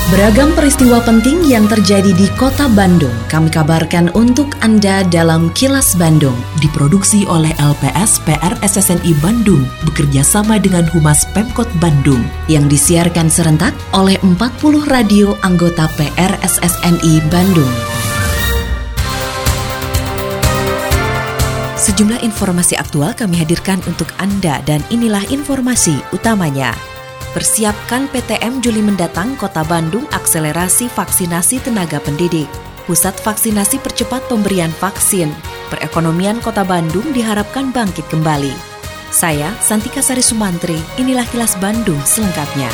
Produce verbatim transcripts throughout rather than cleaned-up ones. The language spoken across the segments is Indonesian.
Beragam peristiwa penting yang terjadi di Kota Bandung kami kabarkan untuk Anda dalam Kilas Bandung. Diproduksi oleh L P S P R S S N I Bandung bekerja sama dengan Humas Pemkot Bandung yang disiarkan serentak oleh empat puluh radio anggota P R S S N I Bandung. Sejumlah informasi aktual kami hadirkan untuk Anda dan inilah informasi utamanya. Persiapkan P T M Juli mendatang Kota Bandung akselerasi vaksinasi tenaga pendidik. Pusat vaksinasi percepat pemberian vaksin. Perekonomian Kota Bandung diharapkan bangkit kembali. Saya, Santika Sari Sumantri, inilah Kilas Bandung selengkapnya.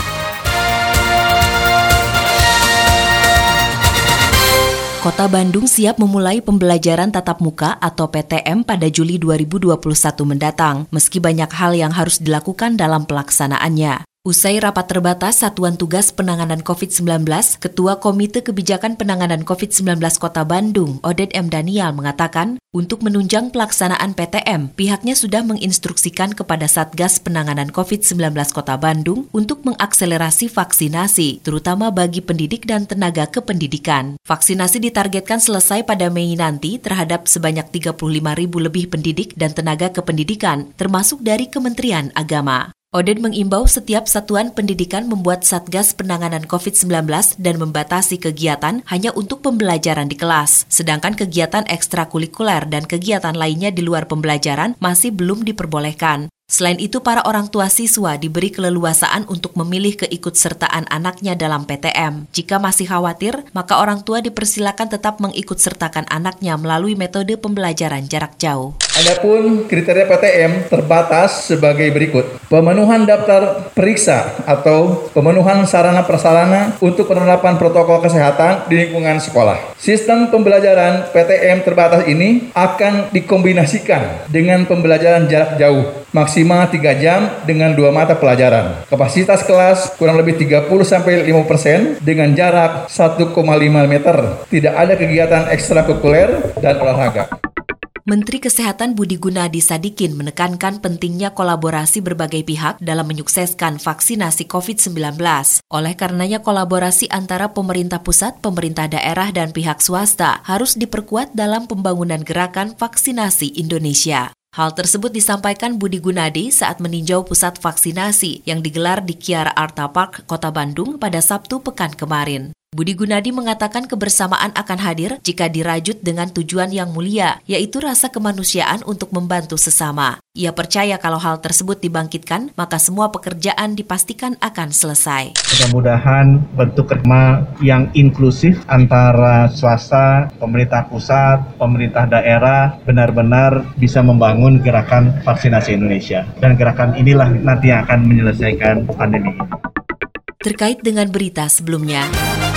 Kota Bandung siap memulai pembelajaran tatap muka atau P T M pada Juli dua ribu dua puluh satu mendatang, meski banyak hal yang harus dilakukan dalam pelaksanaannya. Usai rapat terbatas Satuan Tugas Penanganan covid sembilan belas, Ketua Komite Kebijakan Penanganan covid sembilan belas Kota Bandung, Oded M. Daniel, mengatakan untuk menunjang pelaksanaan P T M, pihaknya sudah menginstruksikan kepada Satgas Penanganan covid sembilan belas Kota Bandung untuk mengakselerasi vaksinasi, terutama bagi pendidik dan tenaga kependidikan. Vaksinasi ditargetkan selesai pada Mei nanti terhadap sebanyak tiga puluh lima ribu lebih pendidik dan tenaga kependidikan, termasuk dari Kementerian Agama. Oded mengimbau setiap satuan pendidikan membuat Satgas Penanganan covid sembilan belas dan membatasi kegiatan hanya untuk pembelajaran di kelas, sedangkan kegiatan ekstrakurikuler dan kegiatan lainnya di luar pembelajaran masih belum diperbolehkan. Selain itu, para orang tua siswa diberi keleluasaan untuk memilih keikutsertaan anaknya dalam P T M. Jika masih khawatir, maka orang tua dipersilakan tetap mengikutsertakan anaknya melalui metode pembelajaran jarak jauh. Adapun kriteria P T M terbatas sebagai berikut. Pemenuhan daftar periksa atau pemenuhan sarana prasarana untuk penerapan protokol kesehatan di lingkungan sekolah. Sistem pembelajaran P T M terbatas ini akan dikombinasikan dengan pembelajaran jarak jauh maksimal tiga jam dengan dua mata pelajaran. Kapasitas kelas kurang lebih tiga puluh sampai lima puluh persen dengan jarak satu koma lima meter. Tidak ada kegiatan ekstrakurikuler dan olahraga. Menteri Kesehatan Budi Gunadi Sadikin menekankan pentingnya kolaborasi berbagai pihak dalam menyukseskan vaksinasi covid sembilan belas. Oleh karenanya kolaborasi antara pemerintah pusat, pemerintah daerah, dan pihak swasta harus diperkuat dalam pembangunan gerakan vaksinasi Indonesia. Hal tersebut disampaikan Budi Gunadi saat meninjau pusat vaksinasi yang digelar di Kiara Arta Park, Kota Bandung pada Sabtu pekan kemarin. Budi Gunadi mengatakan kebersamaan akan hadir jika dirajut dengan tujuan yang mulia, yaitu rasa kemanusiaan untuk membantu sesama. Ia percaya kalau hal tersebut dibangkitkan, maka semua pekerjaan dipastikan akan selesai. Mudah-mudahan bentuk kerjasama yang inklusif antara swasta, pemerintah pusat, pemerintah daerah benar-benar bisa membangun gerakan vaksinasi Indonesia. Dan gerakan inilah nanti yang akan menyelesaikan pandemi ini. Terkait dengan berita sebelumnya,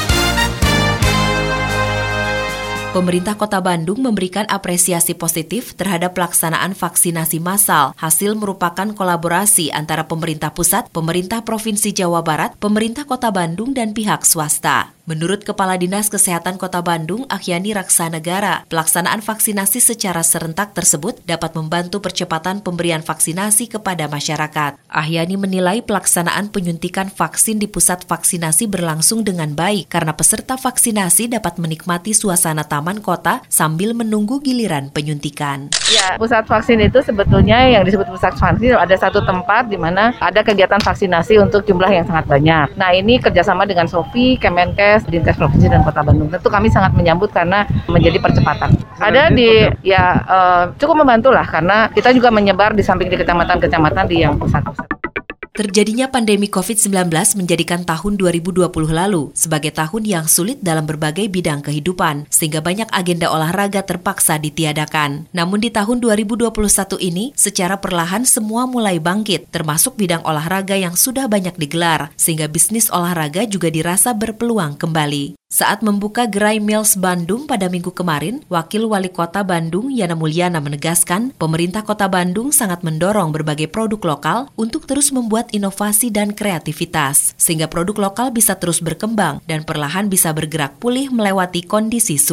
pemerintah Kota Bandung memberikan apresiasi positif terhadap pelaksanaan vaksinasi massal. Hasil merupakan kolaborasi antara pemerintah pusat, pemerintah Provinsi Jawa Barat, pemerintah Kota Bandung, dan pihak swasta. Menurut Kepala Dinas Kesehatan Kota Bandung, Akhyani Raksanegara, pelaksanaan vaksinasi secara serentak tersebut dapat membantu percepatan pemberian vaksinasi kepada masyarakat. Akhyani menilai pelaksanaan penyuntikan vaksin di pusat vaksinasi berlangsung dengan baik karena peserta vaksinasi dapat menikmati suasana taman kota sambil menunggu giliran penyuntikan. Ya, pusat vaksin itu sebetulnya yang disebut pusat vaksin ada satu tempat di mana ada kegiatan vaksinasi untuk jumlah yang sangat banyak. Nah, ini kerjasama dengan Sofi, Kemenkes, Dinkes Provinsi dan Kota Bandung. Tentu kami sangat menyambut karena menjadi percepatan. Ada di ya uh, cukup membantu lah karena kita juga menyebar di samping di kecamatan-kecamatan di yang pusat-pusat. Terjadinya pandemi covid sembilan belas menjadikan tahun dua ribu dua puluh lalu sebagai tahun yang sulit dalam berbagai bidang kehidupan, sehingga banyak agenda olahraga terpaksa ditiadakan. Namun di tahun dua ribu dua puluh satu ini, secara perlahan semua mulai bangkit, termasuk bidang olahraga yang sudah banyak digelar, sehingga bisnis olahraga juga dirasa berpeluang kembali. Saat membuka gerai Mills Bandung pada minggu kemarin, Wakil Wali Kota Bandung Yana Mulyana menegaskan pemerintah Kota Bandung sangat mendorong berbagai produk lokal untuk terus membuat inovasi dan kreativitas, sehingga produk lokal bisa terus berkembang dan perlahan bisa bergerak pulih melewati kondisi sulit.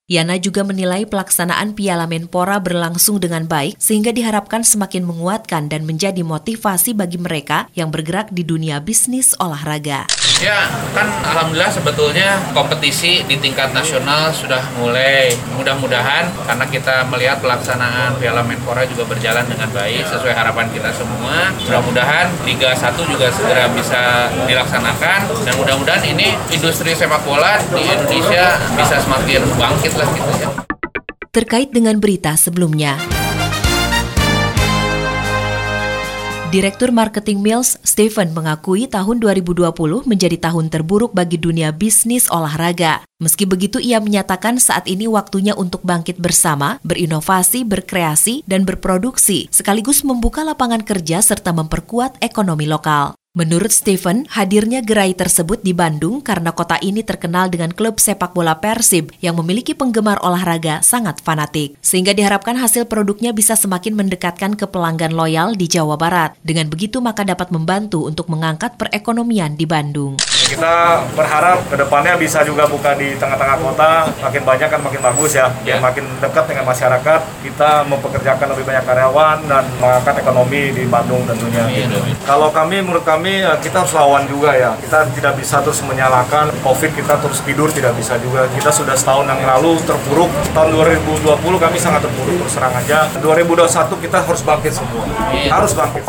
Yana juga menilai pelaksanaan Piala Menpora berlangsung dengan baik sehingga diharapkan semakin menguatkan dan menjadi motivasi bagi mereka yang bergerak di dunia bisnis olahraga. Ya, kan alhamdulillah sebetulnya kompetisi di tingkat nasional sudah mulai. Mudah-mudahan karena kita melihat pelaksanaan Piala Menpora juga berjalan dengan baik sesuai harapan kita semua. Mudah-mudahan Liga satu juga segera bisa dilaksanakan dan mudah-mudahan ini industri sepak bola di Indonesia bisa semakin bangkit lah gitu ya. Terkait dengan berita sebelumnya, Direktur Marketing Mills, Stephen, mengakui tahun dua ribu dua puluh menjadi tahun terburuk bagi dunia bisnis olahraga. Meski begitu, ia menyatakan saat ini waktunya untuk bangkit bersama, berinovasi, berkreasi, dan berproduksi, sekaligus membuka lapangan kerja serta memperkuat ekonomi lokal. Menurut Stephen, hadirnya gerai tersebut di Bandung karena kota ini terkenal dengan klub sepak bola Persib yang memiliki penggemar olahraga sangat fanatik. Sehingga diharapkan hasil produknya bisa semakin mendekatkan ke pelanggan loyal di Jawa Barat. Dengan begitu maka dapat membantu untuk mengangkat perekonomian di Bandung. Kita berharap ke depannya bisa juga buka di tengah-tengah kota, makin banyak kan makin bagus ya, biar makin dekat dengan masyarakat, kita mempekerjakan lebih banyak karyawan dan mengangkat ekonomi di Bandung tentunya. Gitu. Kalau kami, menurut kami, kita harus lawan juga ya, kita tidak bisa terus menyalahkan COVID, kita terus tidur tidak bisa juga, kita sudah setahun yang lalu terpuruk, tahun dua ribu dua puluh kami sangat terpuruk, terus terang aja, dua ribu dua puluh satu kita harus bangkit semua, harus bangkit.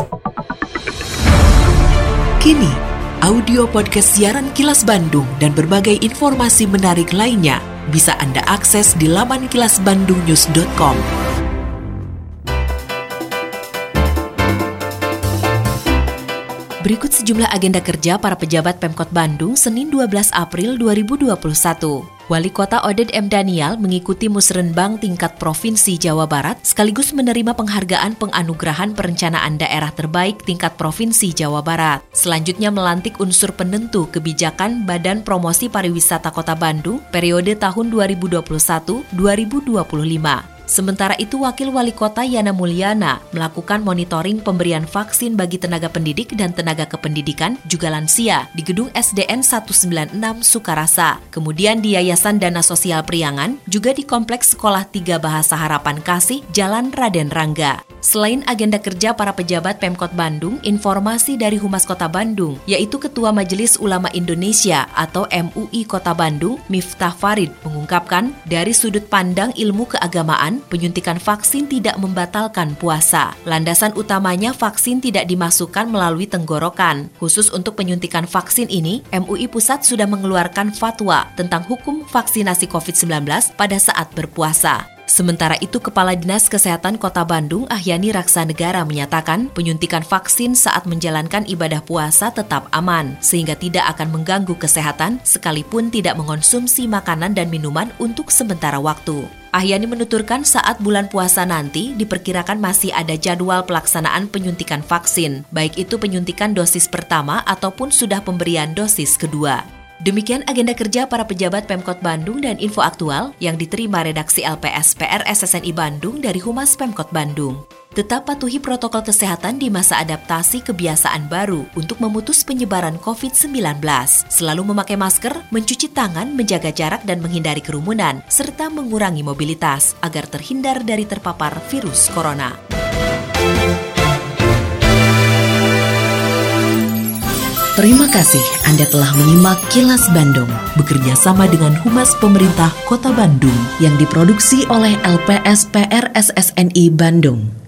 Kini, audio podcast siaran Kilas Bandung dan berbagai informasi menarik lainnya bisa Anda akses di laman kilas bandung news dot com. Berikut sejumlah agenda kerja para pejabat Pemkot Bandung Senin dua belas April dua ribu dua puluh satu. Wali Kota Oded M. Daniel mengikuti Musrenbang tingkat Provinsi Jawa Barat sekaligus menerima penghargaan penganugerahan perencanaan daerah terbaik tingkat Provinsi Jawa Barat. Selanjutnya melantik unsur penentu kebijakan Badan Promosi Pariwisata Kota Bandung periode tahun dua ribu dua puluh satu sampai dua ribu dua puluh lima. Sementara itu, Wakil Wali Kota Yana Mulyana melakukan monitoring pemberian vaksin bagi tenaga pendidik dan tenaga kependidikan juga lansia di Gedung S D N seratus sembilan puluh enam Sukarasa. Kemudian di Yayasan Dana Sosial Priangan, juga di Kompleks Sekolah Tiga Bahasa Harapan Kasih, Jalan Raden Rangga. Selain agenda kerja para pejabat Pemkot Bandung, informasi dari Humas Kota Bandung, yaitu Ketua Majelis Ulama Indonesia atau M U I Kota Bandung, Miftah Farid, mengungkapkan dari sudut pandang ilmu keagamaan, penyuntikan vaksin tidak membatalkan puasa. Landasan utamanya vaksin tidak dimasukkan melalui tenggorokan. Khusus untuk penyuntikan vaksin ini, M U I Pusat sudah mengeluarkan fatwa tentang hukum vaksinasi covid sembilan belas pada saat berpuasa. Sementara itu, Kepala Dinas Kesehatan Kota Bandung, Ahyani Raksanegara, menyatakan penyuntikan vaksin saat menjalankan ibadah puasa tetap aman, sehingga tidak akan mengganggu kesehatan sekalipun tidak mengonsumsi makanan dan minuman untuk sementara waktu. Ahyani menuturkan saat bulan puasa nanti diperkirakan masih ada jadwal pelaksanaan penyuntikan vaksin, baik itu penyuntikan dosis pertama ataupun sudah pemberian dosis kedua. Demikian agenda kerja para pejabat Pemkot Bandung dan info aktual yang diterima redaksi L P S P R S S N I Bandung dari Humas Pemkot Bandung. Tetap patuhi protokol kesehatan di masa adaptasi kebiasaan baru untuk memutus penyebaran covid sembilan belas. Selalu memakai masker, mencuci tangan, menjaga jarak dan menghindari kerumunan, serta mengurangi mobilitas agar terhindar dari terpapar virus corona. Terima kasih Anda telah menyimak Kilas Bandung bekerja sama dengan Humas Pemerintah Kota Bandung yang diproduksi oleh L P S P R S S N I Bandung.